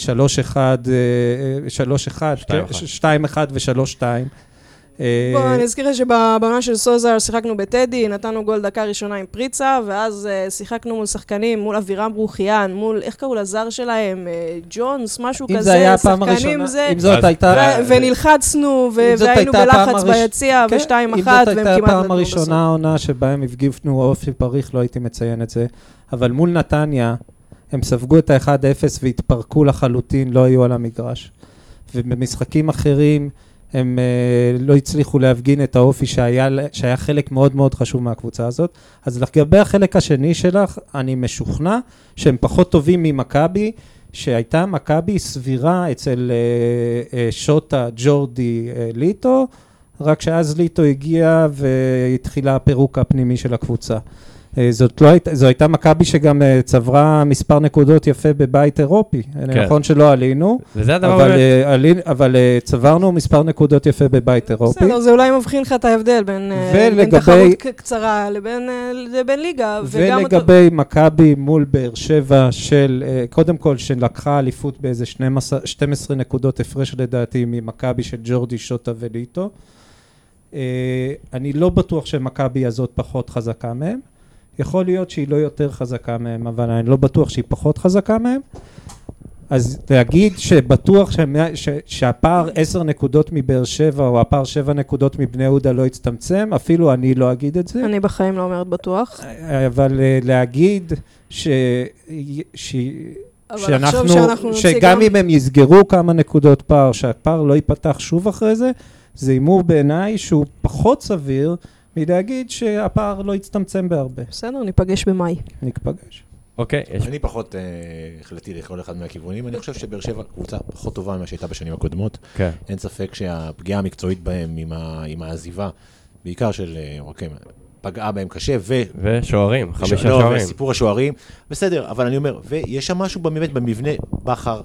2-1 ו-3-2. בוא, אני אזכיר שבעונה של סוזה שיחקנו בטדי, נתנו גול דקה ראשונה עם פריצה, ואז שיחקנו מול שחקנים, מול אבירם ברוכיאן, מול, איך קראו לזר שלהם? ג'ונס, משהו כזה. אם זה היה הפעם הראשונה, אם זאת הייתה... ונלחצנו, והיינו בלחץ ביציע, ו2-1, אם זאת הייתה הפעם הראשונה העונה שבה הם הפגיפנו אופי פריך, לא הייתי מציין את זה. אבל מול נתניה, הם ספגו את ה-1-0 והתפרקו לחלוטין, לא היו על המגרש. ובמשחקים אחרים, הם לא הצליחו להפגין את האופי שהיה חלק מאוד מאוד חשוב מהקבוצה הזאת. אז לגבי החלק השני שלך, אני משוכנע שהם פחות טובים ממכבי, שהייתה מכבי סבירה אצל שוטה, ג'ורדי, ליטו, רק שאז ליטו הגיע והתחילה הפירוק הפנימי של הקבוצה. זו הייתה מכבי שגם צברה מספר נקודות יפה בבית אירופי. נכון שלא עלינו, אבל צברנו מספר נקודות יפה בבית אירופי. בסדר, זה אולי מבחין לך את ההבדל בין תחרות קצרה לבין ליגה. ולגבי מכבי מול באר שבע קודם כל שלקחה אליפות באיזה 12 נקודות הפרש לדעתי ממכבי של ג'ורדי, שוטה וליטו. אני לא בטוח שמכבי הזאת פחות חזקה מהם. יכול להיות שהיא לא יותר חזקה מהם, אבל אני לא בטוח שהיא פחות חזקה מהם. אז להגיד שבטוח שהפער 10 נקודות מבאר שבע, או הפער 7 נקודות מבני יהודה לא יצטמצם, אפילו אני לא אגיד את זה. אני בחיים לא אומרת בטוח. אבל להגיד שגם אם הם יסגרו כמה נקודות פער, שהפער לא ייפתח שוב אחרי זה, זה אימור בעיניי שהוא פחות סביר, מלהגיד שהפער לא יצטמצם בהרבה. בסדר, ניפגש במאי. ניפגש. אוקיי. אני פחות החלטתי לכל אחד מהכיוונים. אני חושב שבאר שבע קבוצה פחות טובה ממה שהייתה בשנים הקודמות. אין ספק שהפגיעה המקצועית בהם עם העזיבה, בעיקר של, אוקיי, פגעה בהם קשה, ושוערים, 5 שוערים. וסיפור השוערים. בסדר, אבל אני אומר, ויש שם משהו באמת במבנה בחר,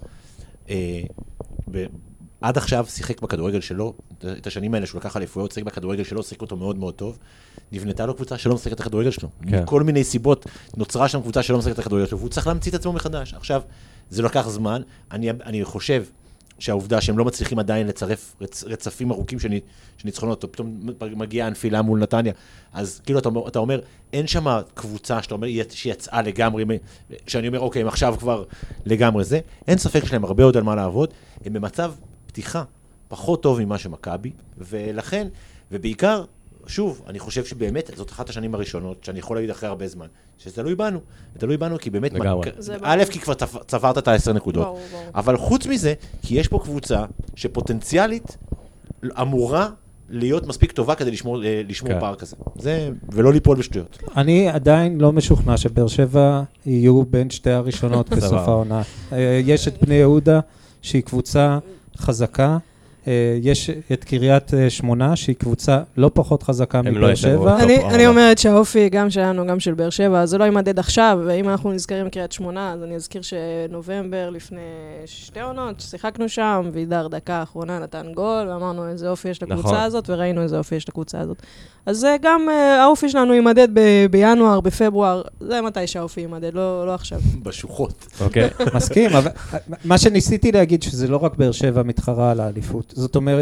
עד עכשיו שיחק בכדורגל שלו, את השנים האלה שהוא לקח אליפויות, שיחק בכדורגל שלו, שיחק אותו מאוד מאוד טוב, נבנתה לו קבוצה שלא משחקת את הכדורגל שלו. מכל מיני סיבות נוצרה שם קבוצה שלא משחקת את הכדורגל שלו, והוא צריך להמציא את עצמו מחדש. עכשיו, זה לקח זמן, אני חושב שהעובדה שהם לא מצליחים עדיין לצרף רצפים ארוכים שניצחונות, פתאום מגיעה הנפילה מול נתניה, אז כאילו אתה אומר, אין שם קבוצה שאתה אומר, שיצאה לגמרי, שאני אומר, אוקיי, עכשיו כבר לגמרי זה, אין ספק שלהם הרבה עוד על מה לעבוד, הם במצב פתיחה פחות טוב ממה שמכבי, ולכן, ובעיקר, שוב, אני חושב שבאמת, זאת אחת השנים הראשונות, שאני יכול להגיד אחרי הרבה זמן, שזה תלוי בנו, כי באמת, א', כי כבר צברת את ה10 נקודות, אבל חוץ מזה, כי יש פה קבוצה שפוטנציאלית אמורה להיות מספיק טובה כדי לשמור פער כזה. זה, ולא ליפול בשטויות. אני עדיין לא משוכנע שבאר שבע יהיו בין שתי הראשונות בסוף העונה. יש את בני יהודה, שהיא קבוצה חזקה, יש את קריית שמונה, שהיא קבוצה לא פחות חזקה מבאר שבע. אני אומרת שהאופי גם שלנו, גם של באר שבע, זה לא יימדד עכשיו, ואם אנחנו נזכרים קריית שמונה, אז אני אזכיר שנובמבר לפני 2 עונות, שיחקנו שם, וידר דקה האחרונה נתן גול, ואמרנו איזה אופי יש לקבוצה הזאת, וראינו איזה אופי יש לקבוצה הזאת. אז גם האופי שלנו יימדד בינואר, בפברואר, זה מתי שהאופי יימדד, לא עכשיו. בשוחות. אוקיי. מסכים, אבל מה שניסיתי להגיד שזה לא רק באר שבע מתחרה על האליפות. זאת אומרת,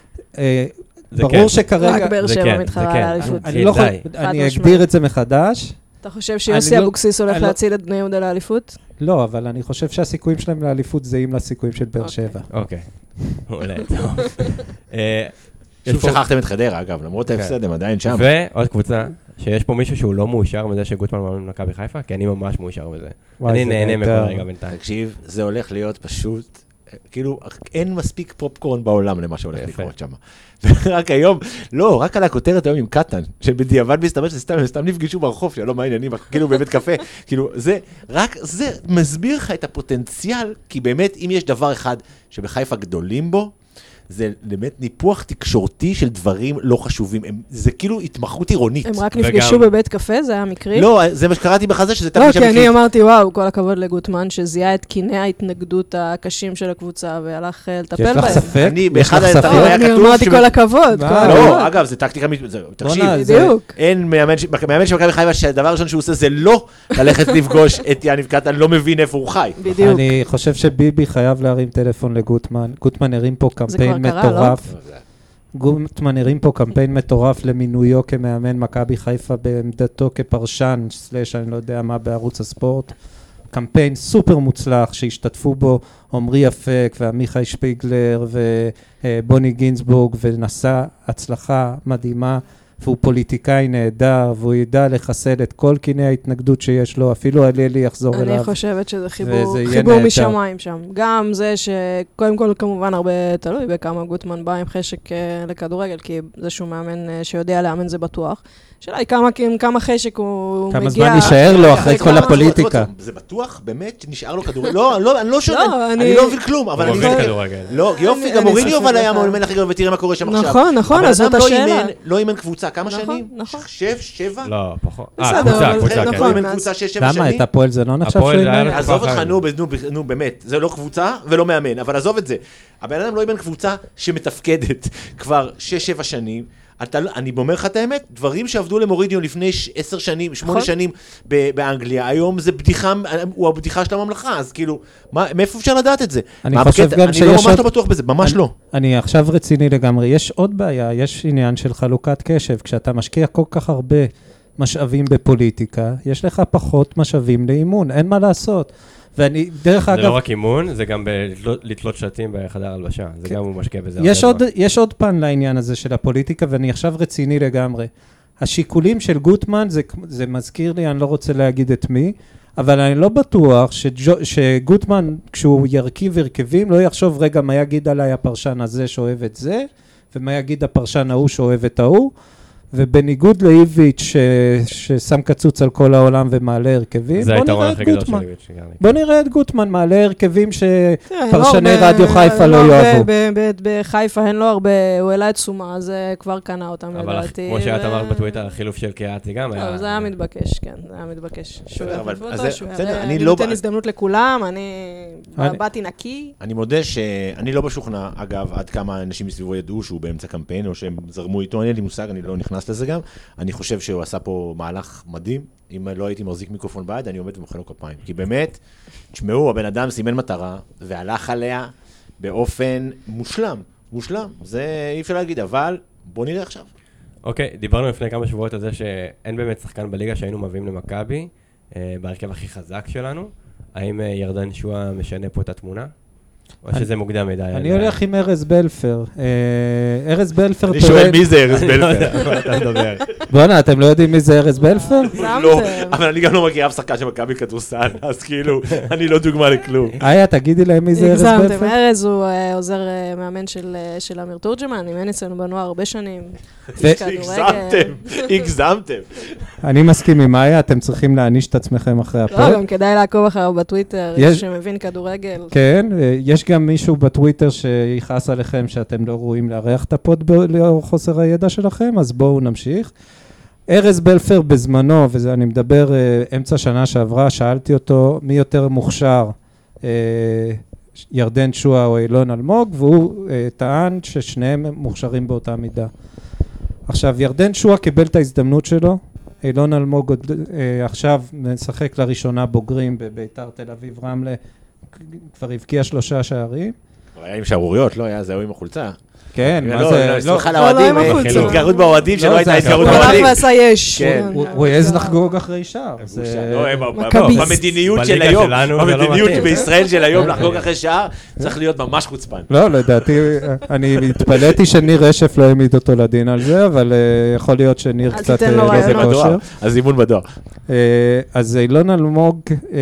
ברור שכרגע... רק באר שבע מתחרה על האליפות. אני אגדיר את זה מחדש. אתה חושב שיוסי אבוקסיס הולך להציל את בני יהודה לאליפות? לא, אבל אני חושב שהסיכויים שלהם לאליפות זהים לסיכויים של באר שבע. אוקיי. אולי, טוב. שוב שכחתם את חדרה, אגב, למרות ההפסד, הם עדיין שם. ועוד קבוצה, שיש פה מישהו שהוא לא מאושר מזה שגוטמן מאמן מכבי חיפה, כי אני ממש מאושר מזה. אני נהנה מכל רגע בינתיים. תקשיב, זה הולך להיות פשוט, כאילו, אין מספיק פופקורן בעולם למה שהולך לקרות שם. ורק היום, לא, רק על הכותרת היום עם קטן, שבדיעבד מסתבר שסתם נפגשו ברחוב, שלא מה העניינים, כאילו בבית קפה, כאילו, זה מסביר לך את הפוטנציאל, כי באמת, אם יש דבר אחד שבחיפה גדולים בו, זה באמת ניפוח תקשורתי של דברים לא חשובים. זה כאילו התמחות עירונית. הם רק נפגשו בבית קפה, זה היה מקרי? לא, זה מה שקראתי בחזה, שזה לא, כי אני אמרתי, וואו, כל הכבוד לגוטמן, שזיהה את קיני ההתנגדות הקשים של הקבוצה, והלך לטפל בהם. יש לך ספק? אני, באחד האתרים היה כתוב... אני אמרתי כל הכבוד. לא, אגב, זה טקטיקה... תקשיב, אין מאמן של מכבי חיפה שהדבר הראשון שהוא עושה זה לא ללכת לפגוש את יניב קטן, לא מבין איפה הוא חי. בדיוק. אני חושב שביבי חייב להרים טלפון לגוטמן. גוטמן הרים פה קמפיין מטורף. גוטמן הרים פה קמפיין מטורף למינויו כמאמן מכבי חיפה בעמדתו כפרשן, סלש אני לא יודע מה בערוץ הספורט. קמפיין סופר מוצלח שהשתתפו בו עמרי אפק ועמיחי שפיגלר ובוני גינזבורג, ונשא הצלחה מדהימה, והוא פוליטיקאי נהדר, והוא ידע לחסל את כל קיני ההתנגדות שיש לו, אפילו הלילי יחזור אליו. אני חושבת שזה חיבור משמיים שם. גם זה שקודם כל כמובן הרבה תלוי בכמה גוטמן בא עם חשק לכדורגל, כי זה שהוא מאמן שיודע לאמן זה בטוח. שאלה היא כמה חשק הוא מגיע... כמה זמן נשאר לו אחרי כל הפוליטיקה. זה בטוח? באמת? שנשאר לו כדורגל? לא, אני לא שואל, אני לא מבין כלום, אבל אני... הוא מבין כדורגל. לא, יופי, גם מוריניו אבל היה מאמן הכי גדול, ותראה מה קורה שם עכשיו. נכון, אז זאת השאלה. לא אימן קבוצה קבוצה, כמה שנים? נכון. 7? לא, פחות. בסדר, אבל קבוצה, נכון. כן. לא, אם אין קבוצה 6-7 שנים. למה? את הפועל זה לא נחשב הפועל שהוא היה אימן? לו- עזוב אותך, אחרת. נו, באמת, זה לא קבוצה ולא מאמן, אבל עזוב את זה. הבן אדם לא אימן קבוצה שמתפקדת כבר 6-7 שנים. אני אומר לך את האמת, דברים שעבדו למורידיו לפני 10 שנים, 8 שנים באנגליה, היום זה בדיחה, הוא הבדיחה של הממלכה, אז כאילו, מאיפה אפשר לדעת את זה? אני חושב גם אני לא שיש ממש לא בטוח בזה, ממש לא. אני עכשיו רציני לגמרי. יש עוד בעיה, יש עניין של חלוקת קשב. כשאתה משקיע כל כך הרבה משאבים בפוליטיקה, יש לך פחות משאבים לאימון, אין מה לעשות. ואני, דרך זה אגב... לא רק אימון, זה גם לתלות שלטים בחדר הלבשה. זה גם הוא משקיע בזה. יש עוד פן לעניין הזה של הפוליטיקה, ואני עכשיו רציני לגמרי. השיקולים של גוטמן, זה מזכיר לי, אני לא רוצה להגיד את מי, אבל אני לא בטוח שגוטמן, כשהוא ירכיב הרכבים, לא יחשוב, רגע, מה יגיד עליי הפרשן הזה שאוהב את זה, ומה יגיד הפרשן ההוא שאוהב את ההוא, ובניגוד לאיביץ' ששם קצוץ על כל העולם ומעלה הרכבים, זה היתרון הכי גדול של איביץ'. בוא נראה את גוטמן, מעלה הרכבים שפרשני רדיו חיפה לא יאהבו. בחיפה אין לו הרבה, הוא העלה את סומה, אז כבר קנה אותם לדעתי. כמו שאת אמרת בטוויטר, החילוף של קיאט זה גם היה... זה היה מתבקש, כן, זה היה מתבקש. שהוא יחליף אותו, שהוא אני נותן הזדמנות לכולם, אני באתי נקי. אני מודה שאני לא משוכנע, אגב, עד כמה אנשים מסביבו ידעו שהוא באמצע קמפיין, או שהם זרמו איתו, אין לי מושג, אני לא נכנס לזה גם. אני חושב שהוא עשה פה מהלך מדהים. אם לא הייתי מחזיק מיקרופון ביד, אני עומד ומוחא לו כפיים. כי באמת, תשמעו, הבן אדם סימן מטרה, והלך עליה באופן מושלם. מושלם. זה אי אפשר להגיד, אבל בוא נראה עכשיו. אוקיי, דיברנו לפני כמה שבועות על זה שאין באמת שחקן בליגה שהיינו מביאים למכבי, בהרכב הכי חזק שלנו. האם ירדן שועה משנה פה את התמונה? או שזה מוקדם מדי? אני הולך עם ארז בלפר. ארז בלפר... אני שואל מי זה ארז בלפר. אתה מדבר. בוא'נה, אתם לא יודעים מי זה ארז בלפר? לא, אבל אני גם לא מכיר אף שחקן שמכבי כדורסל, אז כאילו, אני לא דוגמה לכלום. איה, תגידי להם מי זה ארז בלפר? הגזמתם, ארז הוא עוזר מאמן של אמיר תורג'מן, אימן אצלנו בנוער הרבה שנים. הגזמתם. אני מסכים עם איה, אתם צריכים להעניש את עצמכם אחרי הפרק. לא, גם כדאי לעקוב אחריו בטוויטר, שמבין כדורגל. כן, יש גם מישהו בטוויטר שיכעס עליכם שאתם לא רואים לארח את הפוד לאור חוסר הידע שלכם, אז בואו נמשיך. ארז בלפר בזמנו, ואני מדבר אמצע שנה שעברה, שאלתי אותו מי יותר מוכשר, ירדן שועה או אילון אלמוג, והוא טען ששניהם מוכשרים באותה מידה. עכשיו, ירדן שועה קיבל את ההזדמנות שלו, אילון אלמוג עכשיו משחק לראשונה בוגרים בביתר תל אביב רמלה, כבר הבקיע 3 שערים. היה עם שערוריות, לא היה זהו עם החולצה. כן, מה זה? סליחה לאוהדים, התגרות באוהדים שלא הייתה התגרות באוהדים. הוא הלך ועשה יש. הוא העז לחגוג אחרי שער. במדיניות של היום, במדיניות בישראל של היום לחגוג אחרי שער, צריך להיות ממש חוצפן. לא, לדעתי, אני התפלאתי שניר רשף לא העמיד אותו לדין על זה, אבל יכול להיות שניר קצת לא בכושר. אז זימון בדואר. אז אילון אלמוג,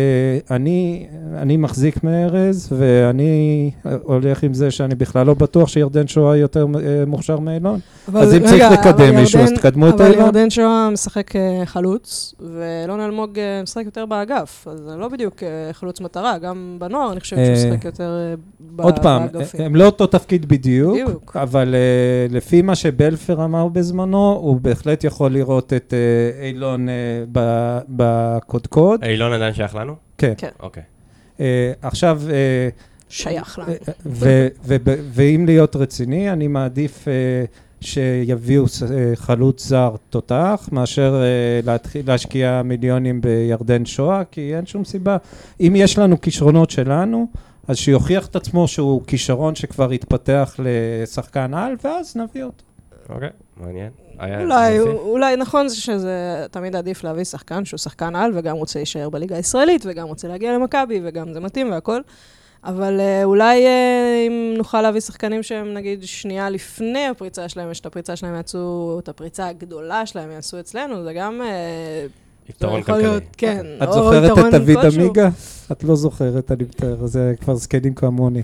אני מחזיק מארז, ואני הולך עם זה שאני בכלל לא בטוח שירדן שועה יותר מוכשר מאילון. אז אם צריך לקדם מישהו, אז תקדמו את האילון. אבל ירדן שועה משחק חלוץ, ואילון אלמוג משחק יותר באגף, אז זה לא בדיוק חלוץ מטרה, גם בנוער אני חושבת שהוא משחק יותר באגפים. עוד פעם, הם לא אותו תפקיד בדיוק, אבל לפי מה שבלפר אמר בזמנו, הוא בהחלט יכול לראות את אילון בקודקוד. אילון עדיין שייך לנו? כן. אוקיי. עכשיו... שייך לנו. ואם להיות רציני, אני מעדיף שיביאו חלוץ זר תותח, מאשר להתחיל להשקיע מיליונים בירדן שועה, כי אין שום סיבה. אם יש לנו כישרונות שלנו, אז שיוכיח את עצמו שהוא כישרון שכבר התפתח לשחקן על, ואז נביא אותו. אוקיי, מעניין. אולי נכון זה שזה תמיד עדיף להביא שחקן שהוא שחקן על, וגם רוצה להישאר בליגה הישראלית, וגם רוצה להגיע למכבי, וגם זה מתאים והכל. אבל אולי אם נוכל להביא שחקנים שהם נגיד שנייה לפני הפריצה שלהם, יש את הפריצה שלהם יעשו, את הפריצה הגדולה שלהם יעשו אצלנו, זה גם... יתרון כלכלי. כן. את זוכרת את דוד עמיגה? את לא זוכרת, אני מתאר, זה כבר זקנים כמוני.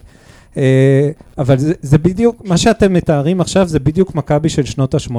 אבל זה בדיוק, מה שאתם מתארים עכשיו זה בדיוק מכבי של שנות ה-80.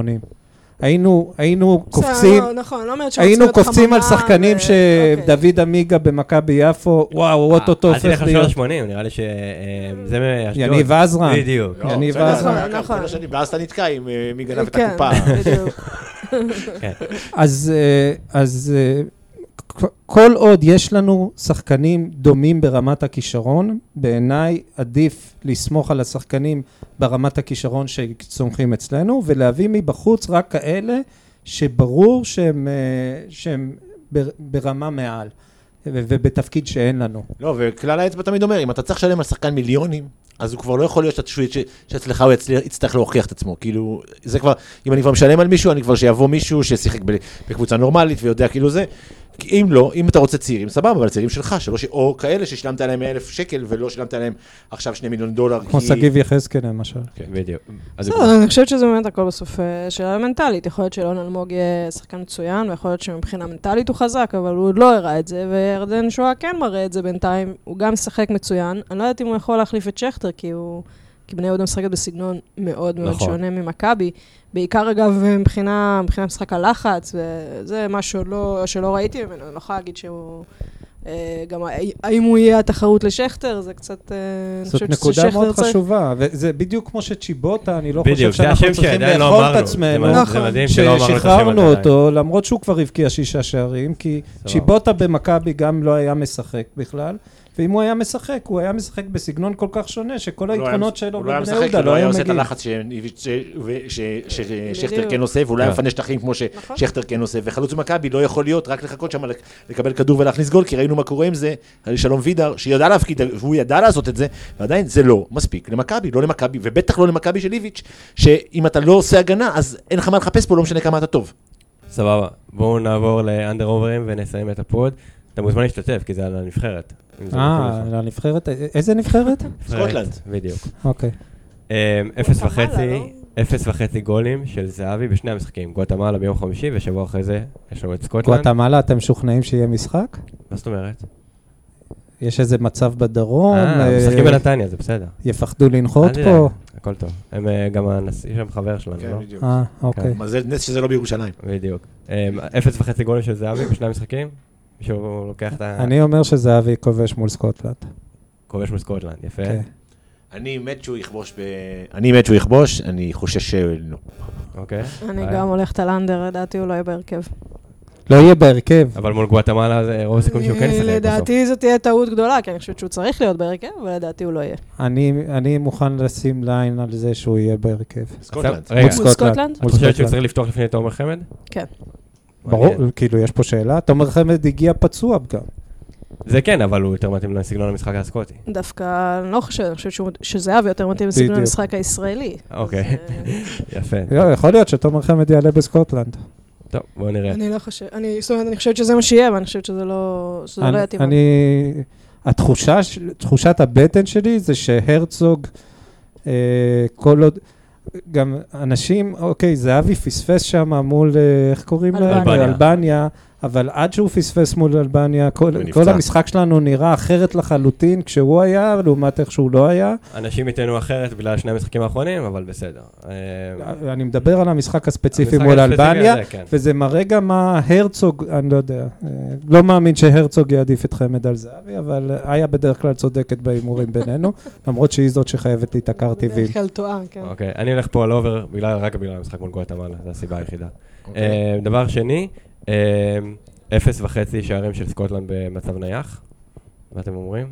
היינו קופצים על שחקנים שדוד עמיגה במכבי יפו, וואו, אוטוטו הופך להיות. אל תלך לשנות ה-80, נראה לי שזה מאשדוד. יניב עזרן. בדיוק. יניב עזרן. ואז אתה נתקע עם מי גנב את הקופה. אז כל עוד יש לנו שחקנים דומים ברמת הכישרון, בעיניי עדיף לסמוך על השחקנים ברמת הכישרון שצומחים אצלנו, ולהביא מבחוץ רק כאלה שברור שהם ברמה מעל, ובתפקיד שאין לנו. לא, וכלל האצבע תמיד אומר, אם אתה צריך לשלם על שחקן מיליונים, אז הוא כבר לא יכול להיות שאצלך הוא יצטרך להוכיח את עצמו. כאילו, זה כבר, אם אני כבר משלם על מישהו, אני כבר שיבוא מישהו ששיחק בקבוצה נורמלית ויודע כאילו זה. אם לא, אם אתה רוצה צעירים, סבבה, אבל צעירים שלך, או כאלה ששילמת עליהם 1,000 שקל, ולא שילמת עליהם עכשיו 2 מיליון דולר. כמו סגיב יחזקאל למשל. כן, בדיוק. אני חושבת שזה באמת הכל בסוף שאלה מנטלית. יכול להיות שאלון אלמוג יהיה שחקן מצוין, ויכול להיות שמבחינה מנטלית הוא חזק, אבל הוא עוד לא הראה את זה, וירדן שואה כן מראה את זה בינתיים. הוא גם משחק מצוין. אני לא יודעת אם הוא יכול להחליף את שכטר, כי בני יהודה משחקת בסגנון מאוד מאוד שונה ממכבי. בעיקר אגב מבחינה משחק הלחץ, וזה משהו שלא ראיתי ממנו, אני לא יכולה להגיד שהוא, גם האם הוא יהיה התחרות לשכטר, זה קצת, זאת נקודה מאוד חשובה, וזה בדיוק כמו שצ'יבוטה, אני לא חושב שאנחנו צריכים לאכול את עצמנו, ששחררנו אותו, למרות שהוא כבר הבקיע 6 שערים, כי צ'יבוטה במכבי גם לא היה משחק בכלל, ואם הוא היה משחק, הוא היה משחק בסגנון כל כך שונה, שכל היתרונות שלו בבני יהודה לא היה עושה את מגיע. הלחץ ששכטר כן עושה, ואולי מפנה שטחים כמו ששכטר כן עושה, וחלוץ במכבי לא יכול להיות רק לחכות שם לקבל כדור ולהכניס גול, כי ראינו מה קורה עם זה, שלום וידר, שידע להפקיד, והוא ידע לעשות את זה, ועדיין זה לא מספיק למכבי, לא למכבי, ובטח לא למכבי של ליביץ', שאם אתה לא עושה הגנה, אז אין לך מה לחפש פה, לא משנה כמה אתה טוב. סבבה, בואו נעבור לאנדר אוברים ונסיים את הפוד. אתה מוזמן להשתתף, כי זה על הנבחרת. לנבחרת? איזה נבחרת? סקוטלנד. בדיוק. אוקיי. 0.5 גולים של זהבי בשני המשחקים. גואטמלה ביום חמישי, ושבוע אחרי זה יש לנו את סקוטלנד. גואטמלה, אתם משוכנעים שיהיה משחק? מה זאת אומרת? יש איזה מצב בדרום? משחקים בנתניה, זה בסדר. יפחדו לנחות פה? הכל טוב. הם גם הנשיא שם חבר שלנו, לא? כן, בדיוק. אוקיי. מה זה נס שזה לא בירושלים. בדיוק. 0.5 גולים של זהבי בשני המשחקים. מישהו לוקח את אני אומר שזהבי כובש מול סקוטלנד. כובש מול סקוטלנד, יפה. אני מת שהוא יכבוש, אני חושש שלא. אוקיי. אני גם הולכת על אנדר, לדעתי הוא לא יהיה בהרכב. לא יהיה בהרכב. אבל מול גואטמלה זה רוב הסיכויים שהוא כן ישחק בסוף. לדעתי זאת תהיה טעות גדולה, כי אני חושבת שהוא צריך להיות בהרכב, אבל לדעתי הוא לא יהיה. אני מוכן לשים ליין על זה שהוא יהיה בהרכב. סקוטלנד. רגע, מול סקוטלנד? את חושבת שהוא צריך לפתוח לפני תומר חמד? כן. ברור, כאילו יש פה שאלה. תומר חמד הגיע פצוע גם. זה כן, אבל הוא יותר מתאים לסגנון המשחק הסקוטי. דווקא אני לא חושבת, אני חושבת שזהבי יותר מתאים לסגנון המשחק הישראלי. אוקיי, יפה. יכול להיות שתומר חמד יעלה בסקוטלנד. טוב, בואו נראה. אני לא חושבת, זאת אומרת, אני חושבת שזה מה שיהיה, ואני חושבת שזה לא יתאים. תחושת הבטן שלי זה שהרצוג, כל עוד, גם אנשים, אוקיי, זהבי פספס שם מול, איך קוראים לה? אלבניה. אבל עד שהוא פספס מול אלבניה, כל המשחק שלנו נראה אחרת לחלוטין כשהוא היה, לעומת איך שהוא לא היה. אנשים איתנו אחרת בגלל שני המשחקים האחרונים, אבל בסדר. אני מדבר על המשחק הספציפי מול אלבניה, וזה מראה גם מה הרצוג, אני לא יודע, לא מאמין שהרצוג יעדיף את חמד על זהבי, אבל היה בדרך כלל צודקת בהימורים בינינו, למרות שהיא זאת שחייבת להתעקר טבעי. בדרך כלל טועה, כן. אוקיי, אני הולך פה על אובר, רק בגלל המשחק מול גואטמלה, זו הסיבה היחידה. דבר שני, 0.5 שערים של סקוטלנד במצב נייח. מה אתם אומרים?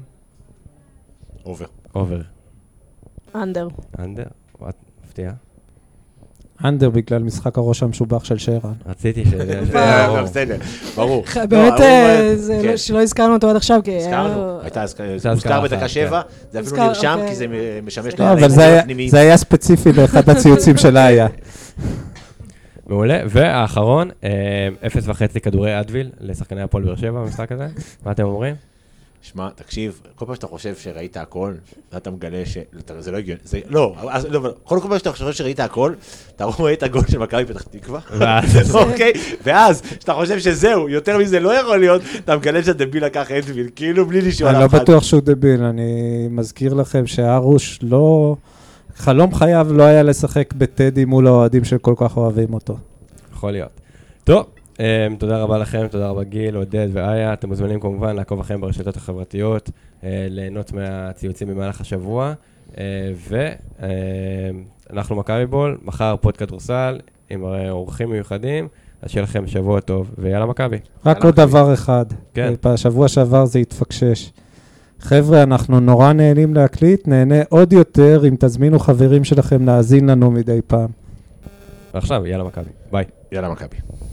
אובר. אנדר. אנדר? וואט, מפתיע. אנדר בגלל משחק הראש המשובח של שרן. רציתי שזה... בסדר, ברור. באמת, שלא הזכרנו אותו עד עכשיו, כי... הזכרנו, מוזכר בדקה 7, זה אפילו נרשם, כי זה משמש אבל זה היה ספציפי לאחד הציוצים שלה היה. מעולה, והאחרון, 0.5 כדורי אדוויל לשחקני הפועל באר שבע במשחק הזה. מה אתם אומרים? שמע, תקשיב, כל פעם שאתה חושב שראית הכל, אתה מגלה זה לא הגיוני. לא, כל פעם שאתה חושב שראית הכל, אתה רואה את הגול של מכבי פתח תקווה. אוקיי? ואז, כשאתה חושב שזהו, יותר מזה לא יכול להיות, אתה מגלה שהדביל לקח אדוויל, כאילו בלי לשאול אף אחד. אני לא בטוח שהוא דביל, אני מזכיר לכם שהרוש לא... חלום חייו לא היה לשחק בטדי מול האוהדים שכל כך אוהבים אותו. יכול להיות. טוב, תודה רבה לכם, תודה רבה גיל, עודד ואיה. אתם מוזמנים כמובן לעקוב אחריהם ברשתות החברתיות, ליהנות מהציוצים במהלך השבוע, ואנחנו מכבי בול, מחר פוד כדורסל, עם אורחים מיוחדים, אז שיהיה לכם שבוע טוב, ויאללה מכבי. רק עוד דבר אחד. כן. בשבוע שעבר זה התפקשש. חבר'ה, אנחנו נורא נהנים להקליט, נהנה עוד יותר אם תזמינו חברים שלכם להאזין לנו מדי פעם. ועכשיו, יאללה מכבי. ביי. יאללה מכבי.